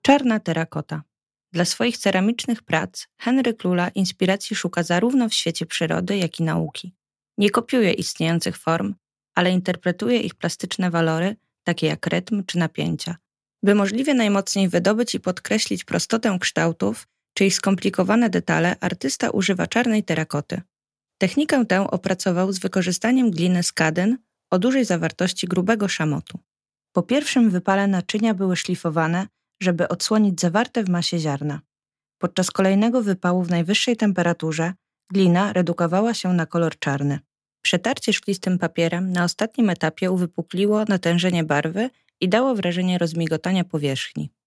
Czarna terakota. Dla swoich ceramicznych prac Henryk Króla inspiracji szuka zarówno w świecie przyrody, jak i nauki. Nie kopiuje istniejących form, ale interpretuje ich plastyczne walory, takie jak rytm czy napięcia. By możliwie najmocniej wydobyć i podkreślić prostotę kształtów czy ich skomplikowane detale, artysta używa czarnej terakoty. Technikę tę opracował z wykorzystaniem gliny skadyn o dużej zawartości grubego szamotu. Po pierwszym wypale naczynia były szlifowane, żeby odsłonić zawarte w masie ziarna. Podczas kolejnego wypału w najwyższej temperaturze glina redukowała się na kolor czarny. Przetarcie szklistym papierem na ostatnim etapie uwypukliło natężenie barwy i dało wrażenie rozmigotania powierzchni.